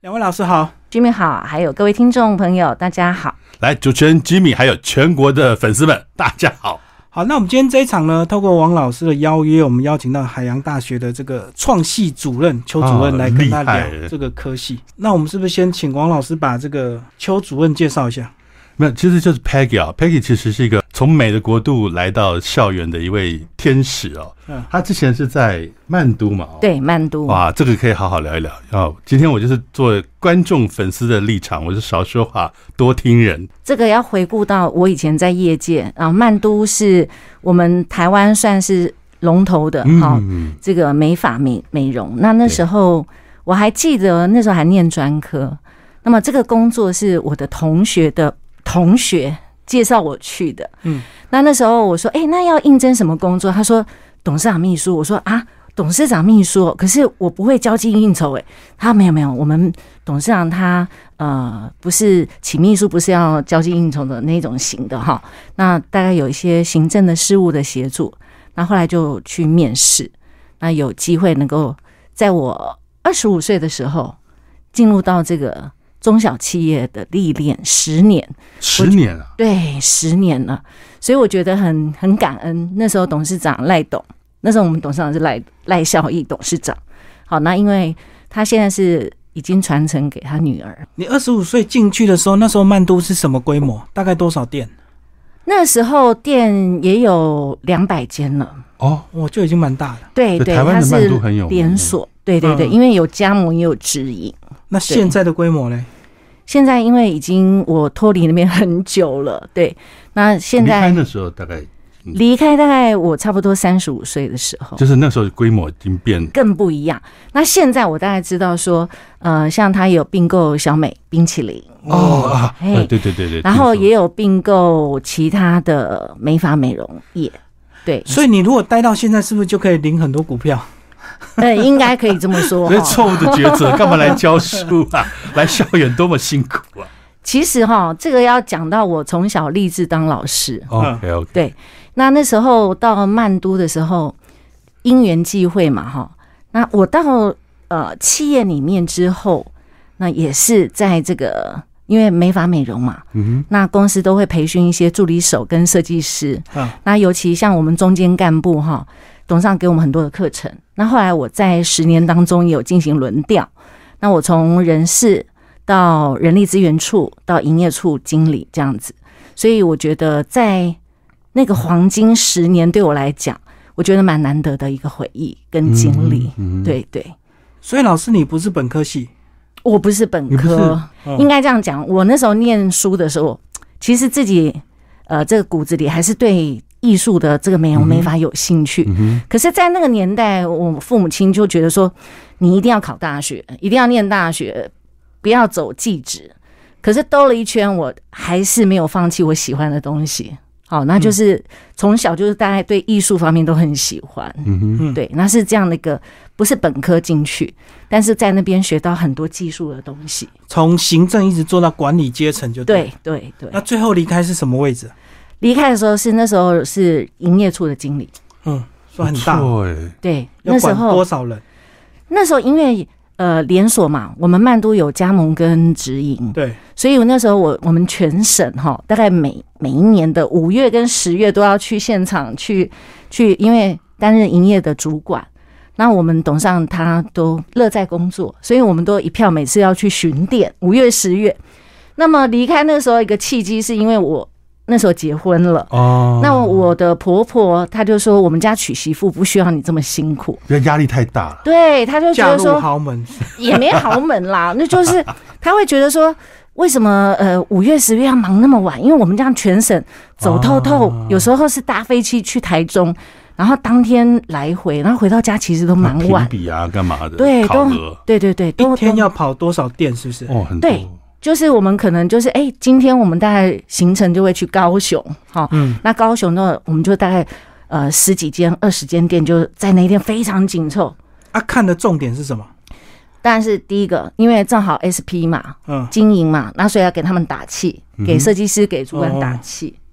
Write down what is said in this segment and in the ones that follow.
两位老师好。 Jimmy 好，还有各位听众朋友大家好。 来，主持人 Jimmy 还有全国的粉丝们大家好。 好，那我们今天这一场呢，透过王老师的邀约，我们邀请到海洋大学的这个创系主任邱主任来跟他聊这个科系。那我们是不是先请王老师把这个邱主任介绍一下？ 没有，其实就是 Peggy 啊，Peggy 其实是一个从美的国度来到校园的一位天使哦。他之前是在曼都嘛， 对，曼都。 哇，这个可以好好聊一聊哦。今天我就是做观众粉丝的立场，我是少说话多听人。 这个要回顾到我以前在业界啊，曼都是我们台湾算是龙头的这个美发美容。那时候我还记得，那时候还念专科，那么这个工作是我的同学的同学介绍我去的。那时候我说那要应征什么工作？他说董事长秘书。我说董事长秘书，可是我不会交际应酬。他没有，我们董事长他不是请秘书，不是要交际应酬的那种型的哈。那大概有一些行政的事务的协助。那后来就去面试，那有机会能够在我25岁的时候进入到这个中小企业的历练10年。 10年啊？ 对，10年了。所以我觉得很感恩。那时候董事长赖董，那时候我们董事长是赖孝义董事长。好，那因为他现在是已经传承给他女儿。 你25岁进去的时候，那时候曼都是什么规模？大概多少店？ 那时候店也有200间了。 我就已经蛮大了。 对， 台湾的曼都很有名， 连锁。对，因为有加盟也有直营。 那现在的规模呢？ 现在因为已经我脱离那边很久了，对，那现在离开的时候大概离开大概我差不多35岁的时候， 就是那时候规模已经变更不一样。那现在我大概知道说，像他有并购小美冰淇淋对， 然后也有并购其他的美发美容业，对。 所以你如果待到现在，是不是就可以领很多股票？ 应该可以这么说。 这是错误的抉择，干嘛来教书啊？来校园多么辛苦啊！ 其实这个要讲到我从小立志当老师。 OK， 对。那时候到曼都的时候，因缘际会嘛，那我到企业里面之后，那也是在这个因为美发美容嘛，那公司都会培训一些助理手跟设计师。那尤其像我们中间干部董事长给我们很多的课程。那后来我在10年当中也有进行轮调，那我从人事到人力资源处到营业处经理这样子，所以我觉得在那个黄金10年对我来讲，我觉得蛮难得的一个回忆跟经历。对。 所以老师你不是本科系？ 我不是本科，应该这样讲。我那时候念书的时候，其实自己这个骨子里还是对艺术的这个美容美发有兴趣。可是在那个年代，我父母亲就觉得说，你一定要考大学，一定要念大学，不要走技职。可是兜了一圈，我还是没有放弃我喜欢的东西。好，那就是从小就是大概对艺术方面都很喜欢。对，那是这样的一个，不是本科进去，但是在那边学到很多技术的东西，从行政一直做到管理阶层就对。 对。 那最后离开是什么位置？ 离开的时候那时候是营业处的经理。 算很大。 对， 那时候要管多少人？ 那时候因为连锁嘛，我们曼都有加盟跟直营， 对， 所以那时候我们全省大概每一年的5月跟10月都要去现场去，因为担任营业的主管，那我们董事长他都乐在工作，所以我们都一票每次要去巡店，5月10月。那么离开那时候一个契机是因为我那时候结婚了。那我的婆婆她就说，我们家娶媳妇不需要你这么辛苦， 压力太大了。 对，她就觉得说嫁入豪门也没豪门啦，那就是她会觉得说，为什么5月10月要忙那么晚？因为我们这样全省走透透，有时候是搭飞机去台中，然后当天来回，然后回到家其实都蛮晚， 评比啊干嘛的？ 对，对， 一天要跑多少店？是不是？ 很多。 对。就是我们可能就是今天我们大概行程就会去高雄，那高雄呢，我们就大概10几间、20间店，就在那一天非常紧凑。 看的重点是什么？ 当然是第一个，因为正好 SP 嘛，经营嘛，那所以要给他们打气，给设计师、给主管打气。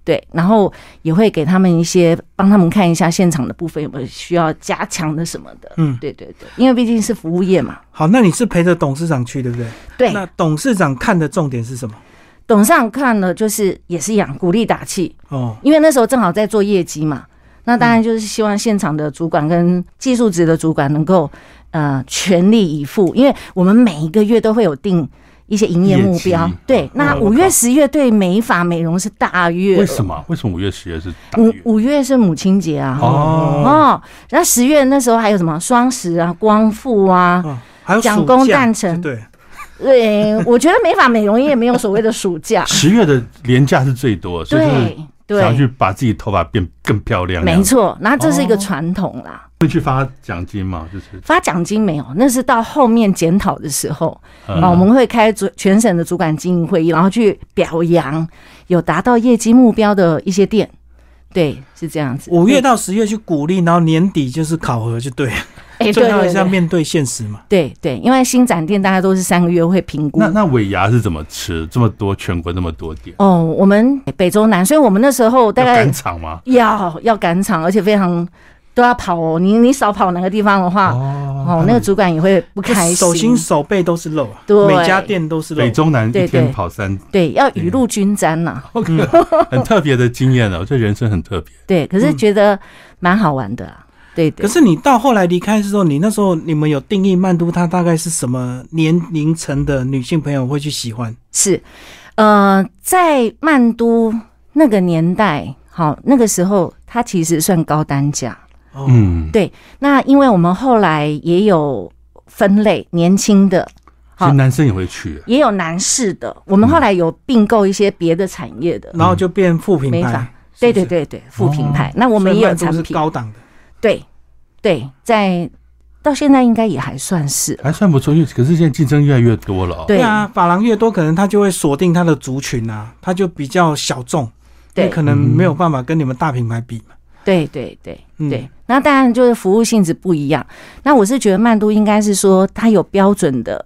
对，然后也会给他们一些帮他们看一下现场的部分有没有需要加强的什么的。对对对，因为毕竟是服务业嘛。 好，那你是陪着董事长去，对不对？ 对。 那董事长看的重点是什么？ 董事长看了就是也是一样，鼓励打气哦，因为那时候正好在做业绩嘛。那当然就是希望现场的主管跟技术职的主管能够全力以赴，因为我们每一个月都会有定一些营业目标。对，那5月10月对美发美容是大月。 为什么5月10月是大月 ？5月是母亲节啊。然后10月那时候还有什么双十啊、光复啊， 还有蒋公诞辰。对，我觉得美发美容业没有所谓的暑假。 10月的连假是最多，所以想去把自己头发变更漂亮。 没错，那这是一个传统啦。 会去发奖金吗？就是发奖金没有，那是到后面检讨的时候我们会开全省的主管经营会议，然后去表扬有达到业绩目标的一些店。对，是这样子。 5月到10月去鼓励，然后年底就是考核，就对了。最后还是要面对现实嘛。 对对，因为新展店大概都是3个月会评估。 那尾牙是怎么吃？这么多，全国那么多店。 我们北中南，所以我们那时候大概要赶场吗？ 要赶场，而且非常都要跑哦。你少跑哪个地方的话，那个主管也会不开心。 手心手背都是肉啊， 对， 每家店都是肉。 北中南一天跑3， 对，要雨露均沾呐。 很特别的经验哦，这人生很特别。 对，可是觉得蛮好玩的啊。对对。 可是你到后来离开的时候，你那时候你们有定义曼都它大概是什么年龄层的女性朋友会去喜欢？ 是，在曼都那个年代，那个时候它其实算高单价。对。那因为我们后来也有分类，年轻的， 其实男生也会去， 也有男士的。我们后来有并购一些别的产业的， 然后就变副品牌。 对对对对，副品牌。那我们也有产品是高档的。 对对，到现在应该也还算是， 还算不错。可是现在竞争越来越多了。 对啊，发廊越多，可能他就会锁定他的族群啊，他就比较小众，对，可能没有办法跟你们大品牌比嘛。对对对对，那当然就是服务性质不一样。那我是觉得曼都应该是说它有标准的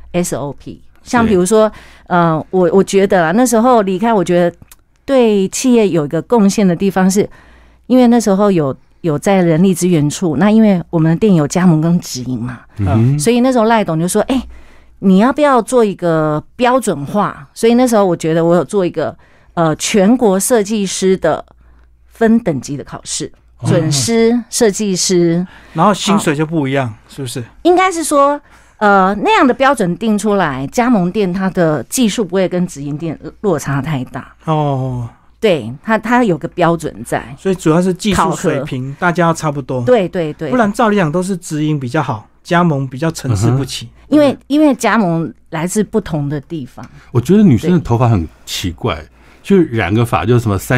SOP， 像比如说我觉得啦，那时候离开，我觉得对企业有一个贡献的地方是，因为那时候有在人力资源处，那因为我们的店有加盟跟直营嘛，所以那时候赖董就说，你要不要做一个标准化？所以那时候我觉得我有做一个全国设计师的分等级的考试，准师、设计师， 然后薪水就不一样，是不是？ 应该是说那样的标准定出来，加盟店它的技术不会跟直营店落差太大哦。对，它有个标准在， 所以主要是技术水平大家要差不多。 对对对， 不然照理讲都是直营比较好，加盟比较参差不齐。 因为加盟来自不同的地方。 我觉得女生的头发很奇怪，就染个发就什么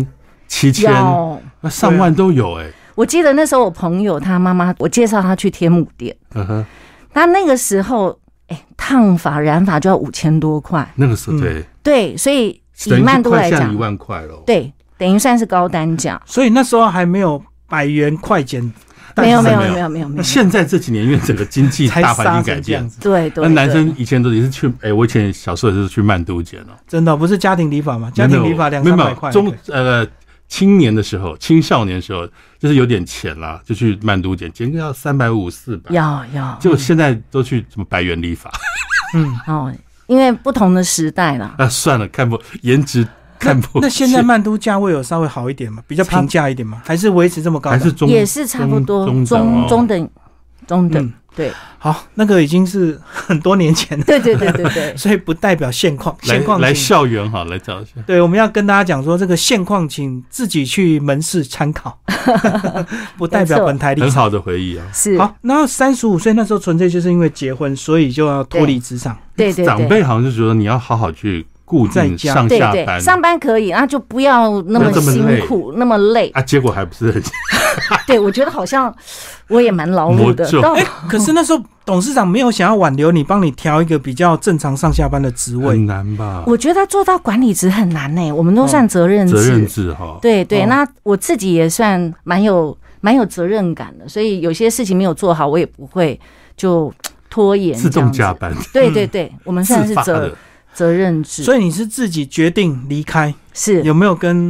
3000、7000、上万都有我记得那时候我朋友他妈妈，我介绍他去天母店，他那个时候烫发染发就要5000多块。 那个时候对，所以以曼都来讲 1万块了。 对，等于算是高单价。 所以那时候还没有100元快剪。 没有。 那现在这几年因为整个经济大环境改变， 对， 那男生以前都也是去，我以前小时候也是去曼都剪真的不是家庭理发吗？家庭理发200-300块。 青年的时候，青少年的时候，就是有点钱啦，就去曼都剪个要350-400。 要。 就现在都去什么100元理发。 因为不同的时代啦。 算了，颜值看不。 那现在曼都价位有稍微好一点吗？比较平价一点吗？还是维持这么高？ 还是也是差不多中等。对， 好，那个已经是很多年前了。 对， 所以不代表现况。 来校园好，来找一下。 对，我们要跟大家讲说，这个现况请自己去门市参考，不代表本台立场。 很好的回忆啊。 是。 好，然后35岁那时候纯粹就是因为结婚，所以就要脱离职场。 对， 长辈好像就觉得你要好好去固定上下班。 对，上班可以，然后就不要那么辛苦，那么累啊。结果还不是很。 对，我觉得好像我也蛮劳碌的。 可是那时候董事长没有想要挽留你，帮你挑一个比较正常上下班的职位， 很难吧？ 我觉得做到管理职很难我们都算责任制哈。对，那我自己也算蛮有责任感的，所以有些事情没有做好，我也不会就拖延， 自动加班。 对，我们算是责任制。 所以你是自己决定离开， 是有没有跟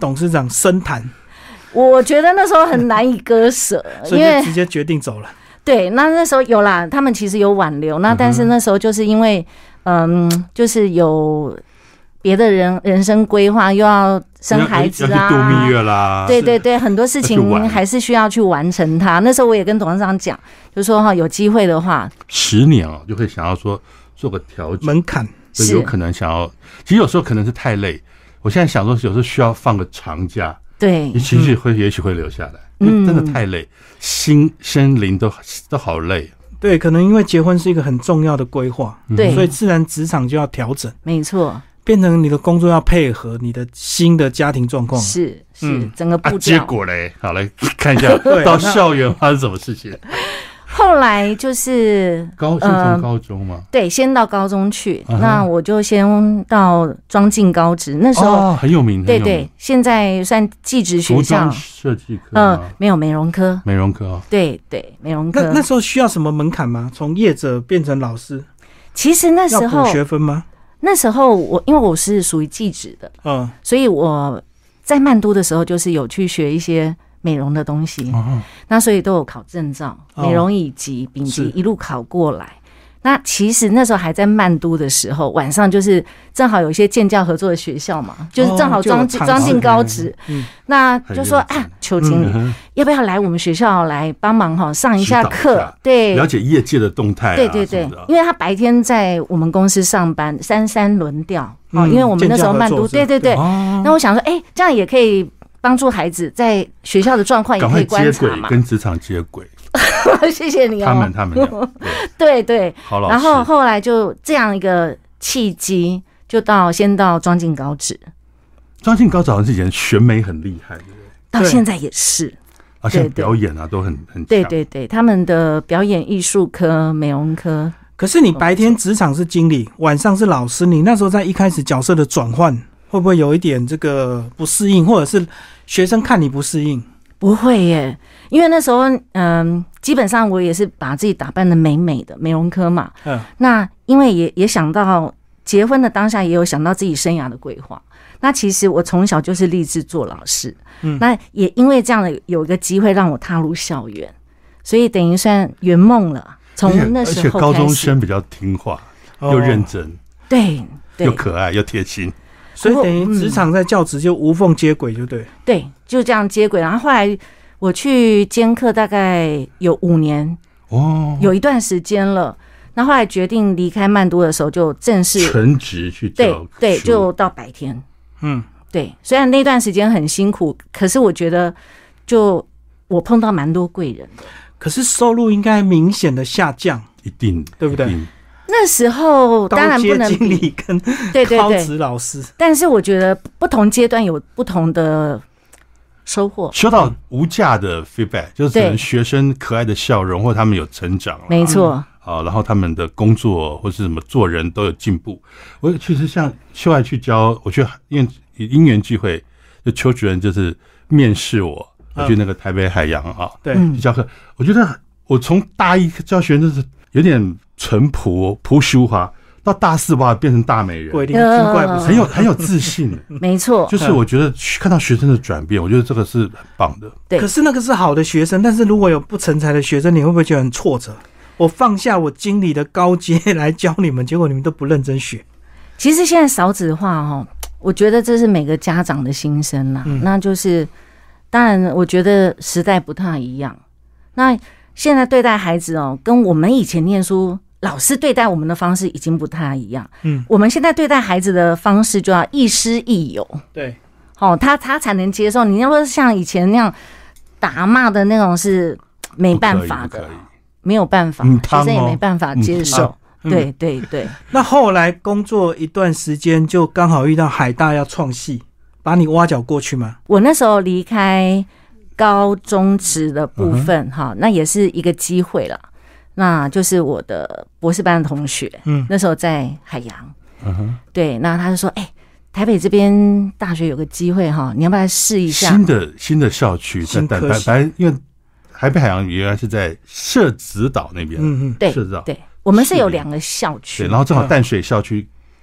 董事长深谈？ 我觉得那时候很难以割舍， 所以就直接决定走了。 对，那时候有啦，他们其实有挽留，那但是那时候就是因为就是有别的人生规划，又要生孩子啊， 要去度蜜月啦， 对对对，很多事情还是需要去完成它。那时候我也跟董事长讲，就说哈，有机会的话 10年哦，就会想要说做个调整门槛， 有可能想要，其实有时候可能是太累。我现在想说，有时候需要放个长假， 对， 其实也许会留下来，因为真的太累，心身灵都好累。 对，可能因为结婚是一个很重要的规划， 对， 所以自然职场就要调整， 没错， 变成你的工作要配合你的新的家庭状况， 是整个步调。 结果嘞，好来看一下到校园发生什么事情。 后来就是先从高中嘛， 对，先到高中去，那我就先到庄敬高职，那时候很有名， 对，现在算技职学校， 服装设计科， 没有美容科，对，美容科。 那时候需要什么门槛吗？从业者变成老师， 其实那时候要补学分吗？ 那时候因为我是属于技职的，所以我在曼都的时候就是有去学一些美容的东西，那所以都有考证照，美容乙级、丙级一路考过来。那其实那时候还在曼都的时候，晚上就是正好有一些建教合作的学校嘛，就是正好庄敬高职，那就说邱经理要不要来我们学校来帮忙上一下课，对， 了解业界的动态， 对，因为他白天在我们公司上班，三轮调，因为我们那时候曼都，对，那我想说，这样也可以帮助孩子在学校的状况也可以观察嘛， 跟职场接轨。 谢谢你哦， 他们对， 好老师。 然后后来就这样一个契机，就先到庄敬高职。 庄敬高职好像是以前选美很厉害， 到现在也是， 现在表演啊都很强。 对，他们的表演艺术科、美容科。 可是你白天职场是经理，晚上是老师，你那时候在一开始角色的转换，会不会有一点这个不适应，或者是学生看你不适应？ 不会耶，因为那时候基本上我也是把自己打扮的美美的，美容科嘛。那因为也想到结婚的当下，也有想到自己生涯的规划。那其实我从小就是立志做老师，那也因为这样的有一个机会让我踏入校园，所以等于算圆梦了。从那时候开始， 而且高中生比较听话，又认真， 对， 又可爱又贴心。 所以等于职场在教职就无缝接轨，就对，就这样接轨。然后后来我去兼课大概有5年，有一段时间了。那后来决定离开曼都的时候，就正式全职去教， 对，就到白天。对。虽然那段时间很辛苦，可是我觉得，就我碰到蛮多贵人的。 可是收入应该明显的下降， 一定， 对不对？ 那时候当然不能比高阶经理跟高职老师， 但是我觉得不同阶段有不同的收获。 收到无价的 feedback， 就是可能学生可爱的笑容，或他们有成长， 没错。 然后他们的工作或是什么做人都有进步。我其实像秀爱去教，我觉得因为因缘聚会，就邱主任就是面试我去那个台北海洋对， 去教课。我觉得我从大一教学生就是有点淳朴朴实无华，到大4哇变成大美人， 鬼灵精怪， 很有自信。 没错， 就是我觉得看到学生的转变，我觉得这个是很棒的。 对， 可是那个是好的学生，但是如果有不成才的学生，你会不会觉得很挫折？我放下我经理的高阶来教你们，结果你们都不认真学。 其实现在少子化我觉得这是每个家长的心声啦。那就是当然，我觉得时代不太一样。那现在对待孩子跟我们以前念书老师对待我们的方式已经不太一样。我们现在对待孩子的方式就要亦师亦友。 对， 他才能接受。你要说像以前那样打骂的那种是没办法的，没有办法，学生也没办法接受。对。 那后来工作一段时间，就刚好遇到海大要创系，把你挖角过去吗？ 我那时候离开高中职的部分那也是一个机会啦。那就是我的博士班的同学，那时候在海洋，对，那他就说，台北这边大学有个机会你要不要来试一下？ 新的校区，因为台北海洋原来是在社子岛那边， 对，社子岛，对，我们是有2个校区， 对，然后正好淡水校区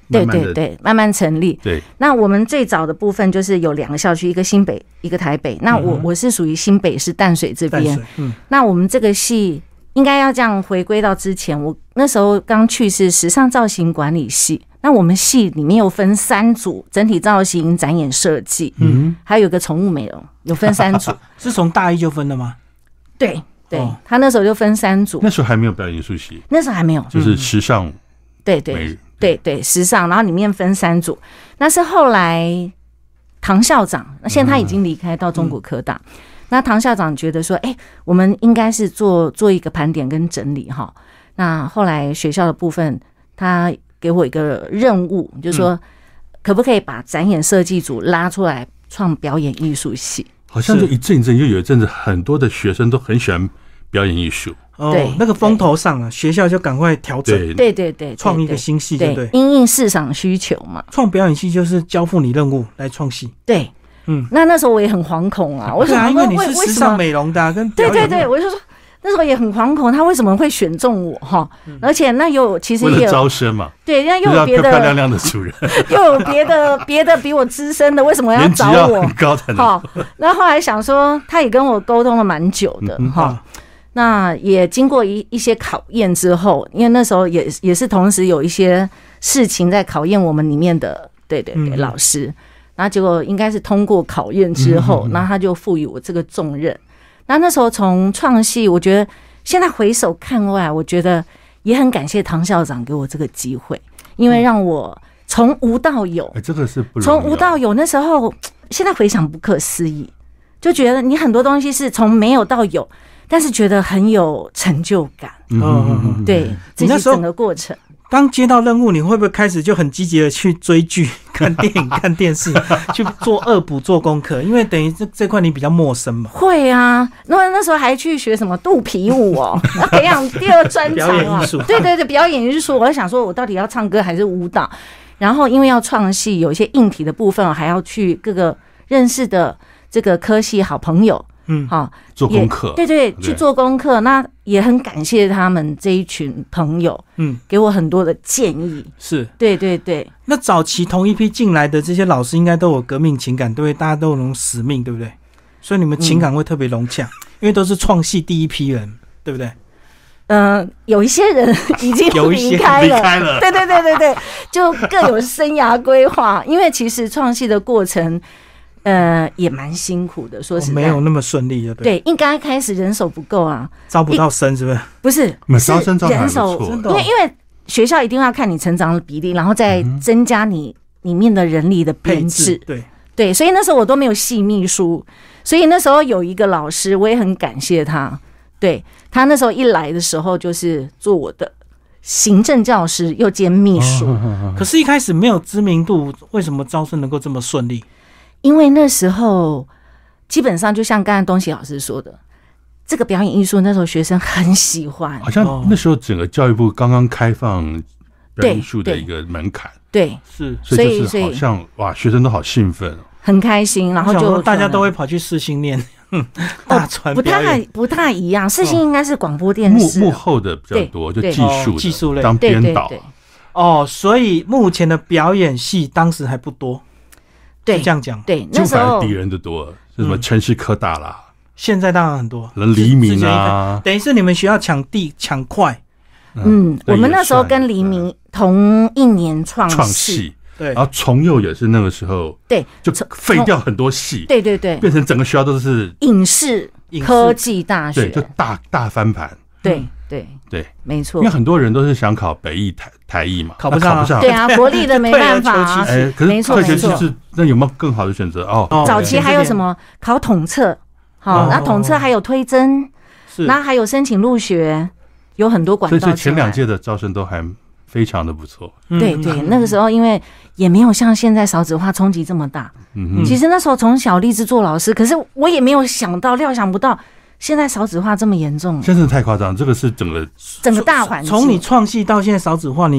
对对对，慢慢成立。 对， 那我们最早的部分就是有2个校区，一个新北，一个台北。那我是属于新北市淡水这边。那我们这个系应该要这样回归到之前，我那时候刚去是时尚造型管理系。那我们系里面有分3组，整体造型、展演设计，还有个宠物美容，有分3组。 是从大一就分了吗？ 对对，他那时候就分3组。 那时候还没有表演艺术系， 那时候还没有， 就是时尚， 对对对对，时尚，然后里面分3组。那是后来唐校长，现在他已经离开到中国科大。那唐校长觉得说，我们应该是做一个盘点跟整理哈。那后来学校的部分，他给我一个任务，就是说可不可以把展演设计组拉出来创表演艺术系？ 好像就一阵就有一阵子，很多的学生都很喜欢表演艺术。 对， 那个风头上了，学校就赶快调整， 对对对， 创一个新系，对不对？ 因应市场需求嘛。 创表演系就是交付你任务来创系。 对，那时候我也很惶恐啊，我想因为你是时尚美容的，跟对对对，我就说。那时候也很惶恐，他为什么会选中我哈？而且那其实也有为了招生嘛， 对，那又有别的漂漂亮亮的主任， 又有别的比我资深的，为什么要找我？ 很高的哈。那后来想说，他也跟我沟通了蛮久的哈。那也经过一些考验之后，因为那时候也是同时有一些事情在考验我们里面的对老师，然后结果应该是通过考验之后，那他就赋予我这个重任。那时候从创系，我觉得现在回首看来，我觉得也很感谢唐校长给我这个机会，因为让我从无到有。 这个是不容易从无到有，那时候现在回想不可思议，就觉得你很多东西是从没有到有，但是觉得很有成就感。对，这是整个过程。 刚接到任务，你会不会开始就很积极的去追剧、看电影、看电视，去做恶补、做功课？因为等于这块你比较陌生嘛。 会啊，那时候还去学什么肚皮舞哦，要培养第2专长啊。 表演艺术， 对对对，表演艺术。我在想说，我到底要唱歌还是舞蹈？然后因为要创系，有一些硬体的部分，还要去各个认识的这个科系好朋友。好， 做功课， 对对，去做功课。那也很感谢他们这一群朋友，给我很多的建议。 是， 对对对。 那早期同一批进来的这些老师，应该都有革命情感，对不对？大家都有那种使命，对不对？所以你们情感会特别融洽，因为都是创系第一批人，对不对？ 有一些人已经离开了，对对对对对，就各有生涯规划。因为其实创系的过程。也蛮辛苦的，说实在， 没有那么顺利的。 对，应该开始人手不够啊， 招不到生，是不是？ 不是， 招生招人手， 因为学校一定要看你成长的比例，然后再增加你里面的人力的编制。对，所以那时候我都没有系秘书，所以那时候有一个老师，我也很感谢他。对，他那时候一来的时候，就是做我的行政教师又兼秘书。 可是，一开始没有知名度，为什么招生能够这么顺利？ 因为那时候基本上就像刚才东西老师说的，这个表演艺术那时候学生很喜欢， 好像那时候整个教育部刚刚开放表演艺术的一个门槛， 对， 是， 所以就是好像哇，学生都好兴奋， 很开心，然后就大家都会跑去世新念大传表演， 不太一样，世新应该是广播电视幕后的比较多，就技术类当编导。 所以目前的表演系当时还不多。对，这样讲， 对，那时候敌人就多了，是什么城市科大啦， 现在当然很多， 黎明啊， 等于是你们学校抢快。 我们那时候跟黎明同一年创系， 对， 然后重幼也是那个时候， 对， 就废掉很多系， 对对对， 变成整个学校都是影视科技大学， 对，就大翻盘， 对，没错， 因为很多人都是想考北艺台艺嘛， 考不上， 对啊，国立的没办法， 可是退学其实那有没有更好的选择？ 早期还有什么考统测，好，那统测还有推甄，那还有申请入学，有很多管道。 所以前2届的招生都还非常的不错。 对对，那个时候因为也没有像现在少子化冲击这么大，其实那时候从小立志做老师，可是我也没有料想不到。现在少子化这么严重， 现在真的太夸张，这个是整个大环境。 从你创系到现在少子化，你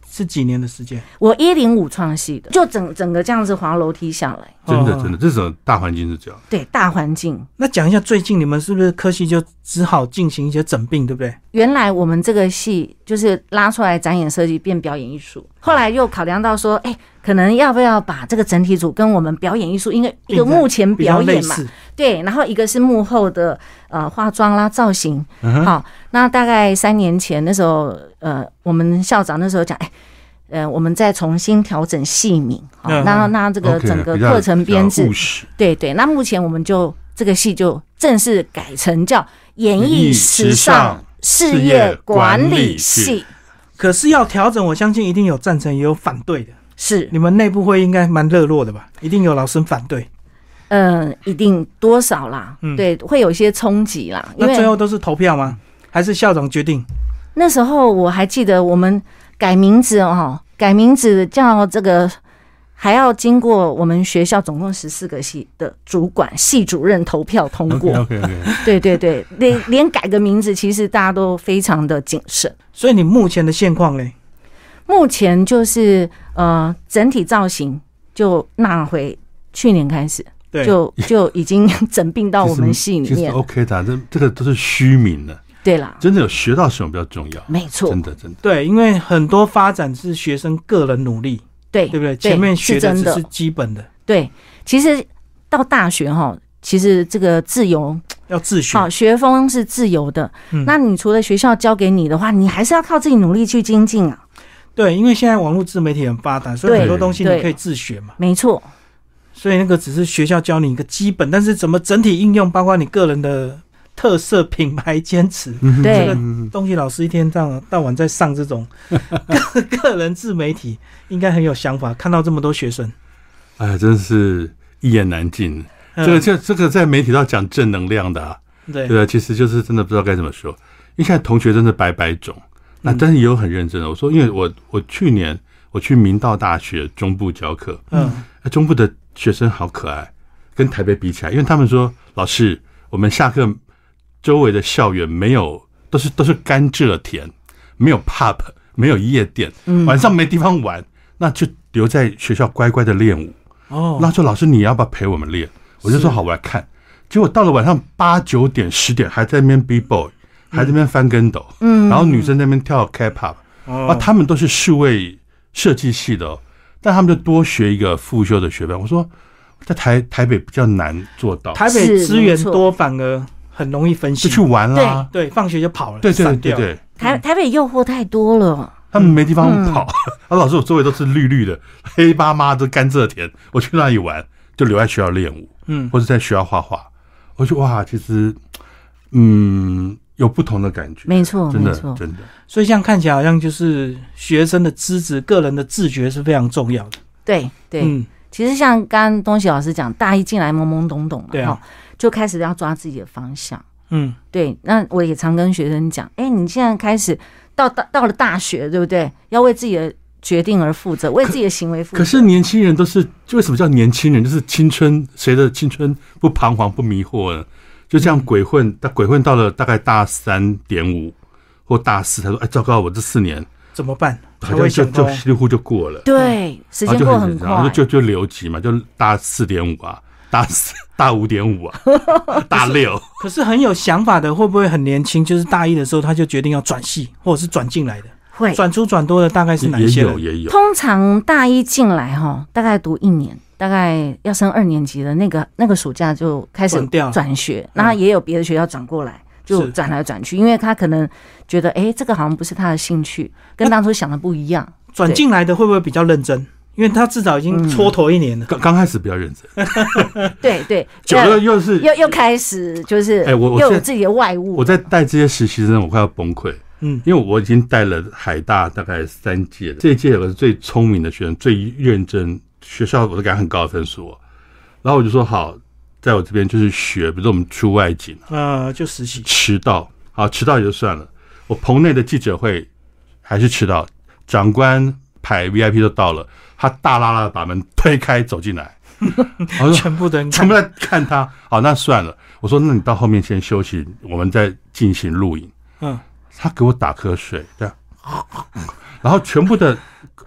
是几年的时间？ 我105创系的，就整个这样子滑楼梯下来， 真的，这种大环境是这样。 对，大环境。 那讲一下最近你们是不是科系就只好进行一些整并，对不对？ 原来我们这个系就是拉出来展演设计变表演艺术，后来又考量到说，可能要不要把这个整体组跟我们表演艺术，因为一个幕前表演嘛，对，然后一个是幕后的化妆啦、造型。好，那大概3年前那时候，我们校长那时候讲，我们再重新调整系名，那这个整个课程编制，对，那目前我们就这个系就正式改成叫演艺时尚事业管理系。 可是要调整，我相信一定有赞成也有反对的。 是， 你们内部会应该蛮热络的吧？一定有老师反对。 一定多少啦，对，会有一些冲击啦。 那最后都是投票吗？还是校长决定？ 那时候我还记得，我们改名字叫这个，还要经过我们学校总共14个系的主管、系主任投票通过。对，连改个名字，其实大家都非常的谨慎。 所以你目前的现况呢？ 目前就是整体造型就纳回去年开始。就已经整并到我们系里面， 其实 OK 的，这个都是虚名的。 对啦， 真的有学到什么比较重要， 没错， 真的。 对，因为很多发展是学生个人努力，对不对？前面学的只是基本的。 对，其实到大学其实这个自由要自学， 好，学风是自由的。那你除了学校教给你的话，你还是要靠自己努力去精进啊。 对，因为现在网络自媒体很发达，所以很多东西你可以自学嘛。 没错。 所以那个只是学校教你一个基本，但是怎么整体应用，包括你个人的特色、品牌坚持，这个东西老师一天到晚在上这种个人自媒体，应该很有想法。看到这么多学生， 真是一言难尽。这个在媒体要讲正能量的对，其实就是真的不知道该怎么说。因为现在同学真的百种，那但是也有很认真的。我说，因为我去年我去明道大学中部教课，中部的学生好可爱，跟台北比起来，因为他们说老师，我们下课周围的校园没有，都是甘蔗田，没有 pub， 没有夜店，晚上没地方玩，那就留在学校乖乖的练舞。那说老师你要不要陪我们练？我就说好，我来看。结果到了晚上8、9点、10点还在那边 B-boy， 还在那边翻跟斗，然后女生在那边跳 K-pop，他们都是数位设计系的但他们就多学一个副修的学班。我说在台北比较难做到， 台北资源多，反而很容易分析， 就去玩啦， 对，放学就跑了， 对， 台北诱惑太多了， 他们没地方跑。老师，我周围都是绿绿的、黑巴巴的甘蔗田，我去那里玩，就留在学校练舞，或者在学校画画。我觉得哇，其实，有不同的感觉， 没错， 真的。 所以这样看起来好像就是学生的资质、个人的自觉是非常重要的。 对，其实像刚刚东西老师讲，大一进来懵懵懂懂嘛，就开始要抓自己的方向。对。那我也常跟学生讲，你现在开始到了大学，对不对？要为自己的决定而负责，为自己的行为负责。 可是年轻人都是，为什么叫年轻人？就是青春，谁的青春不彷徨不迷惑呢？就这样鬼混到了大概大3.5或大4，他说：“糟糕，我这4年怎么办？” 好像就稀里糊涂就过了。 对，时间过很快， 然后就留级嘛，就大4.5啊，大5.5啊，大6。 可是很有想法的，会不会很年轻？就是大一的时候他就决定要转系，或者是转进来的？ 会转出转多的大概是哪些人？ 也有。 通常大一进来大概读1年。大概要升2年级的那个暑假就开始转学，那也有别的学校转过来，就转来转去，因为他可能觉得这个好像不是他的兴趣，跟当初想的不一样。 转进来的会不会比较认真？因为他至少已经蹉跎1年了。 刚开始比较认真， 对， 久了又开始就是又有自己的外物。 我在带这些实习生，我快要崩溃。因为我已经带了海大大概3届了，这一届有个最聪明的学生，最认真。学校我都给他很高的分数然后我就说好，在我这边就是学，比如说我们出外景就实习， 迟到也就算了，我棚内的记者会还是迟到，长官排 VIP 都到了，他大拉拉的把门推开走进来， 全部的人全部在看他。好，那算了，我说那你到后面先休息，我们再进行录影。他给我打瞌睡，这样。 然后全部的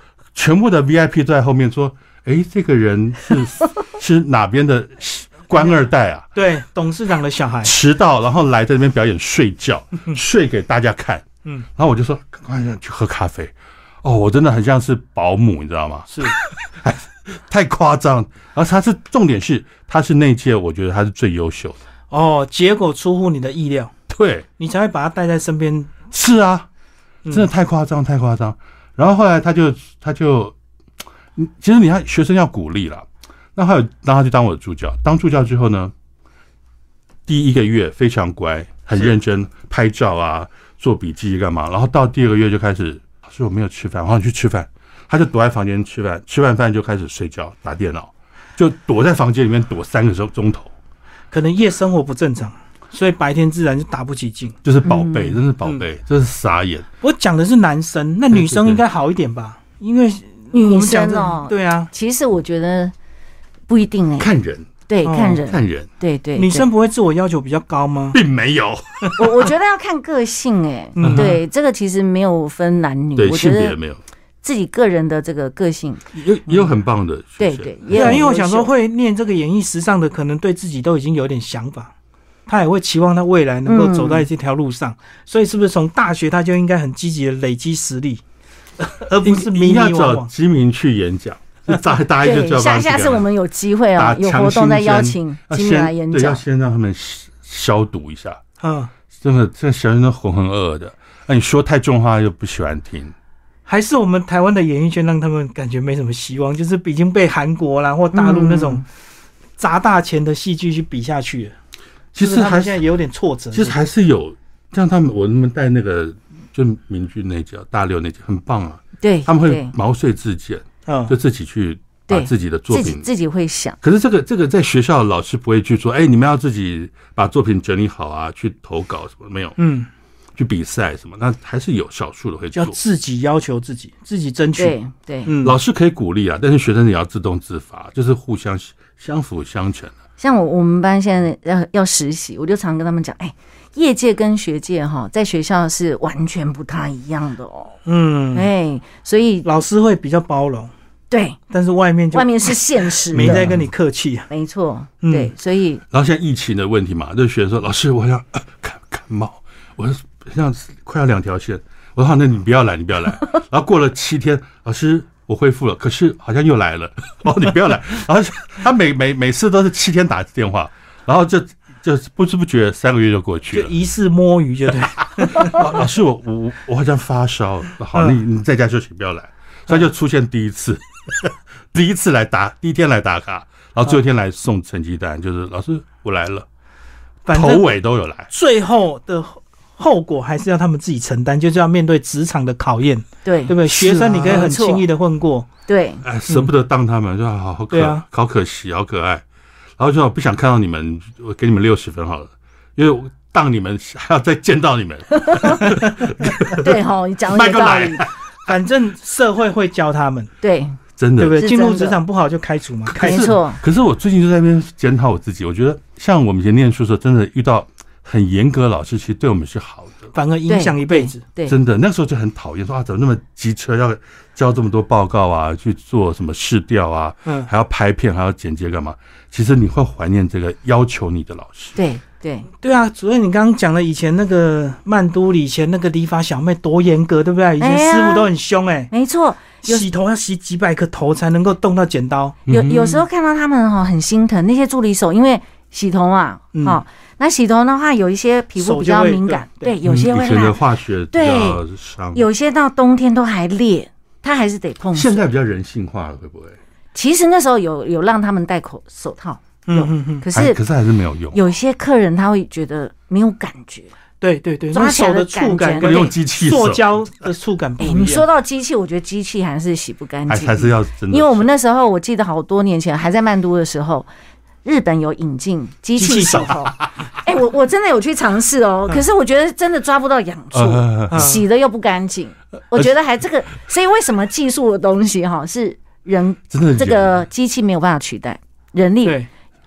VIP 都在后面说，这个人是哪边的官二代啊？ 对，董事长的小孩迟到，然后来在那边表演睡觉，睡给大家看。然后我就说，赶快去喝咖啡。我真的很像是保姆，你知道吗？ 是， 太夸张。然后重点是他是那届，我觉得他是最优秀的。 结果出乎你的意料， 对， 你才会把他带在身边。 是啊，真的太夸张，太夸张。然后后来他就，其实你看学生要鼓励啦。那后来让他去当我的助教，当助教之后呢，第1个月非常乖，很认真拍照啊，做笔记干嘛。然后到第2个月就开始，老师我没有吃饭，我想去吃饭，他就躲在房间吃饭，吃完饭就开始睡觉打电脑，就躲在房间里面躲3个钟头。 可能夜生活不正常，所以白天自然就打不起劲。 就是宝贝，真是宝贝，真是傻眼。 我讲的是男生，那女生应该好一点吧？因为女生对啊， 其实我觉得不一定看人， 对，看人，对， 女生不会自我要求比较高吗？ 并没有， 我觉得要看个性，对，这个其实没有分男女， 对，性别没有， 自己个人的这个个性也有很棒的学生， 对， 因为我想说会念这个演艺时尚的，可能对自己都已经有点想法，他也会期望他未来能够走在这条路上，所以是不是从大学他就应该很积极的累积实力，而不是迷迷惘惘。 要找基民去演讲。大家就知道。 下次我们有机会有活动再邀请基民来演讲。 对，要先让他们消毒一下。真的，这小人都浑浑噩噩的。那你说太重话又不喜欢听。 还是我们台湾的演艺圈让他们感觉没什么希望，就是已经被韩国啦或大陆那种砸大钱的戏剧去比下去了。 其实他们现在也有点挫折。 其实还是有，像我们带那个就民剧那集大六那集很棒啊。 对， 他们会毛遂自荐。就自己去把自己的作品自己会想。 可是这个在学校老师不会去说，你们要自己把作品整理好啊，去投稿什么没有？去比赛什么，那还是有少数的会做。 要自己要求自己争取。 对， 老师可以鼓励啊，但是学生也要自动自发，就是互相相辅相成。 像我们班现在要实习，我就常跟他们讲，业界跟学界在学校是完全不太一样的所以老师会比较包容。 对， 但是外面是现实的， 没在跟你客气。 没错，对，所以然后现在疫情的问题嘛，就学生说老师我要感冒，我像快要2条线，我说好，那你不要来。然后过了7天，老师我恢复了，可是好像又来了，你不要来。然后他每次都是7天打电话，然后就不知不觉3个月就过去了， 就疑似摸鱼，就对。 老师我好像发烧，好，你在家休息，不要来。所以就出现第一次第一天来打卡，然后最后一天来送成绩单，就是老师我来了，头尾都有来， 最后的后果还是要他们自己承担，就是要面对职场的考验，对不对？学生你可以很轻易的混过， 对， 舍不得当他们，就好可惜，好可爱，然后就不想看到你们，我给你们60分好了，因为我当你们还要再见到你们， 对你讲的有道理。 反正社会会教他们， 对， 真的， 对不对？进入职场不好就开除嘛， 没错。 可是我最近就在那边检讨我自己，我觉得像我们以前念书的时候，真的遇到很严格的老师，其实对我们是好的， 反而影响一辈子。 对， 真的，那时候就很讨厌，说怎么那么机车，要交这么多报告啊，去做什么试调啊，还要拍片，还要剪接干嘛？其实你会怀念这个要求你的老师。 对啊，主任，你刚刚讲了以前那个曼都里以前那个理发小妹多严格，对不对？以前师傅都很凶没错， 洗头要洗几百颗头才能够动到剪刀。 有时候看到他们很心疼那些助理手，因为洗头那洗头的话有一些皮肤比较敏感，对，有些会以前的化学比较伤， 有些到冬天都还裂，他还是得碰水。 现在比较人性化了，会不会？ 其实那时候有让他们戴手套。可是还是没有用。 有些客人他会觉得没有感觉， 对， 抓起来的触感跟用机器塑胶的触感不一样。 你说到机器，我觉得机器还是洗不干净， 还是要真的。 因为我们那时候我记得好多年前还在曼都的时候，日本有引进机器洗头，我真的有去尝试可是我觉得真的抓不到痒处，洗的又不干净，我觉得还这个，所以为什么技术的东西是人真的这个机器没有办法取代人力。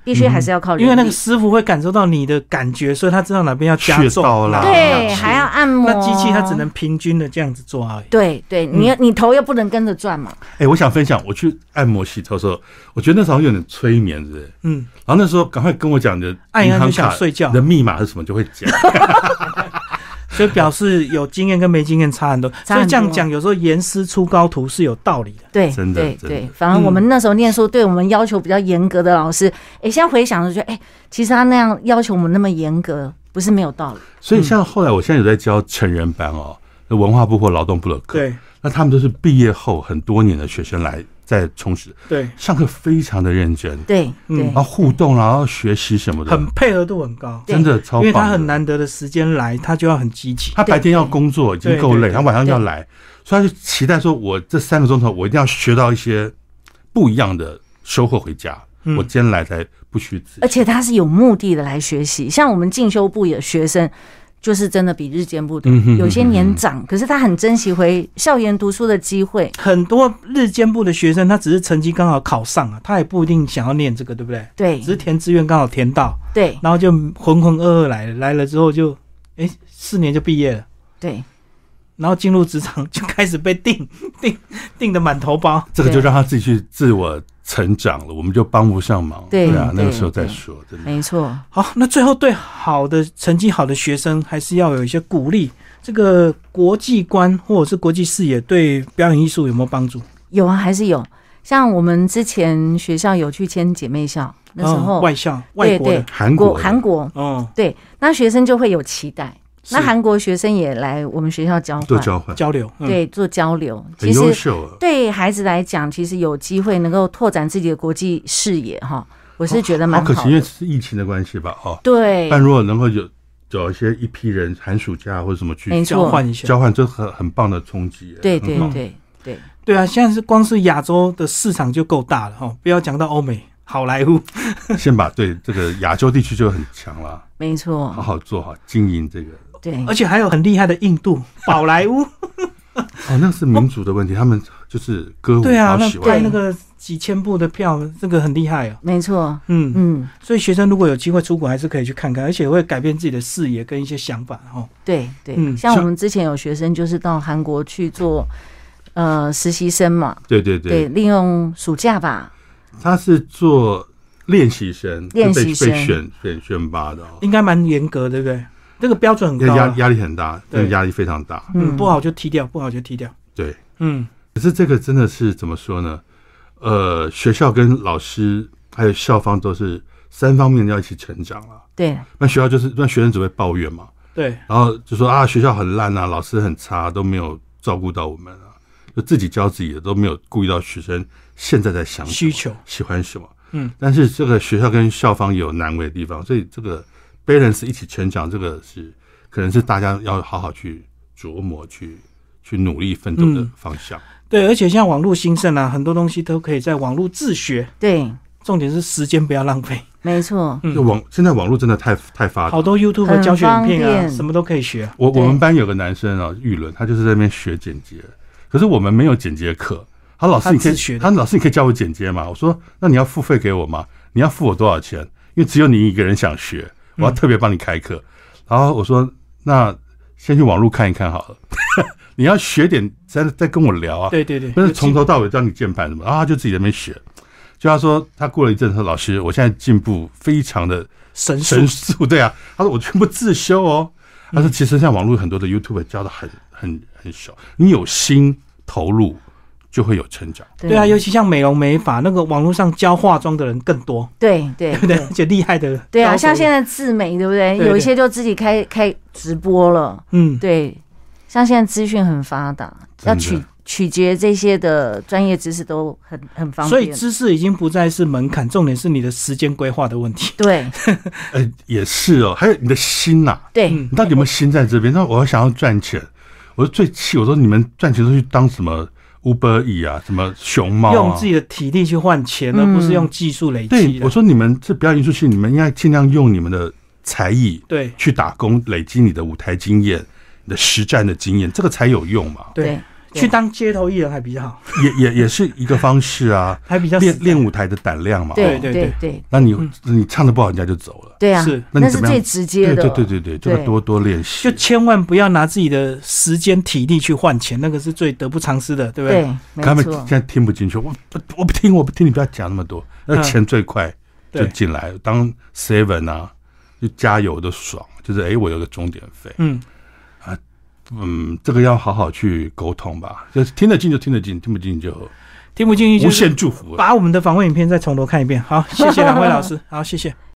必须还是要靠人力， 因为那个师傅会感受到你的感觉，所以他知道哪边要加重啦， 对，还要按摩。 那机器它只能平均的这样子做而已。 对对，你头又不能跟着转嘛。 我想分享，我去按摩洗头的时候，我觉得那时候有点催眠，是不是？然后那时候赶快跟我讲的按一按就想睡觉， 你的密码是什么就会讲。 所以表示有经验跟没经验差很多，所以这样讲有时候严师出高徒是有道理的。 对， 真的对。反而我们那时候念书，对我们要求比较严格的老师，现在回想就觉得，其实他那样要求我们那么严格，不是没有道理。 所以像后来我现在有在教成人班哦，文化部或劳动部的课， 对， 那他们都是毕业后很多年的学生来再充实， 对， 上课非常的认真， 对， 然后互动，然后学习什么的， 很配合度很高， 真的超棒的。 因为他很难得的时间来，他就要很积极。 他白天要工作已经够累，他晚上要来，所以他就期待说，我这3个钟头我一定要学到一些不一样的收获回家。我今天来才不虚此。 而且他是有目的的来学习，像我们进修部的学生。就是真的比日间部的有些年长，可是他很珍惜回校园读书的机会。 很多日间部的学生，他只是成绩刚好考上啊，他也不一定想要念这个，对不对？ 对， 只是填志愿刚好填到， 对， 然后就浑浑噩噩来了之后就4年就毕业了， 对， 然后进入职场就开始被定的满头包， 这个就让他自己去自我成长了，我们就帮不上忙。 对啊，那个时候再说，真的没错。 好，那最后对成绩好的学生，还是要有一些鼓励。这个国际观或者是国际视野，对表演艺术有没有帮助？ 有啊，还是有。像我们之前学校有去签姐妹校，那时候外校外国的韩国， 对，那学生就会有期待。那韩国学生也来我们学校交流， 对，做交流， 很优秀啊。 对孩子来讲，其实有机会能够拓展自己的国际视野哈，我是觉得蛮好的。 好可惜，因为是疫情的关系吧， 对。 但如果能够找一批人寒暑假或者什么去交换一下， 这很棒的冲击。 对啊，现在是光是亚洲的市场就够大了哈，不要讲到欧美。好莱坞先把这个亚洲地区就很强了， 没错， 好好做好经营这个。 对， 而且还有很厉害的印度宝莱坞那是民族的问题，他们就是歌舞对啊， 好喜欢， 拍那个几千部的票，这个很厉害啊。 没错， 所以学生如果有机会出国，还是可以去看看，而且会改变自己的视野跟一些想法哈。 对，像我们之前有学生就是到韩国去做实习生嘛，对，利用暑假吧。 他是做练习生被选拔的， 应该蛮严格，对不对？这个标准很高， 压力很大，这个压力非常大。 不好就踢掉， 对，可是这个真的是怎么说呢？学校跟老师还有校方都是3方面要一起成长了。 对， 那学校就是让学生只会抱怨嘛。 对， 然后就说学校很烂啊，老师很差，都没有照顾到我们啊，就自己教自己的，都没有顾虑到学生现在在想什么需求、 喜欢什么。但是这个学校跟校方有难为的地方，所以这个 balance 一起成长，这个可能是大家要好好去琢磨、去努力奋斗的方向。 对，而且像网络兴盛啊，很多东西都可以在网络自学。 对， 重点是时间不要浪费。 没错， 现在网络真的太发达， 好多 YouTube 教学影片啊，什么都可以学。 我们班有个男生啊，玉伦，他就是在那边学剪接，可是我们没有剪接课。他老师你可以教我剪接吗？我说那你要付费给我吗？你要付我多少钱？因为只有你一个人想学，我要特别帮你开课。然后我说那先去网络看一看好了。你要学点再跟我聊啊。 对， 不是从头到尾教你键盘什么，然后他就自己在那边学。就他说他过了一阵子说老师我现在进步非常的神速。对啊，他说我全部自修哦。他说其实像网络很多的 YouTube 教的很少，你有心投入就会有成长。 对啊，尤其像美容美发，那个网络上教化妆的人更多。 对， 而且厉害的。 对啊，像现在自媒对不对？有一些就自己开直播了。对，像现在资讯很发达，要取决这些的专业知识都很方便。 所以知识已经不再是门槛，重点是你的时间规划的问题。 对， 也是哦，还有你的心呐。 对， 你到底有没有心在这边？那我想要赚钱，我最气，我说你们赚钱都去当什么Uber E 啊，什么熊猫啊， 用自己的体力去换钱，而不是用技术累积。 对，我说你们这表演艺术系，你们应该尽量用你们的才艺， 对， 去打工，累积你的舞台经验、你的实战的经验，这个才有用嘛。 对， 去当街头艺人还比较好， 也是一个方式啊， 还比较练舞台的胆量嘛。 对对对。 那你唱的不好，人家就走了。 对啊， 是， 那是最直接的。 对，这个多练习， 就千万不要拿自己的时间体力去换钱，那个是最得不偿失的，对不对？ 对， 他们现在听不进去，我不听，你不要讲那么多，那钱最快就进来了。当 7 啊，就加油的爽，就是我有个钟点费。这个要好好去沟通吧，就是听得进就听得进，听不进就听不进去， 无限祝福。 把我们的访问影片再从头看一遍。好，谢谢两位老师，好，谢谢。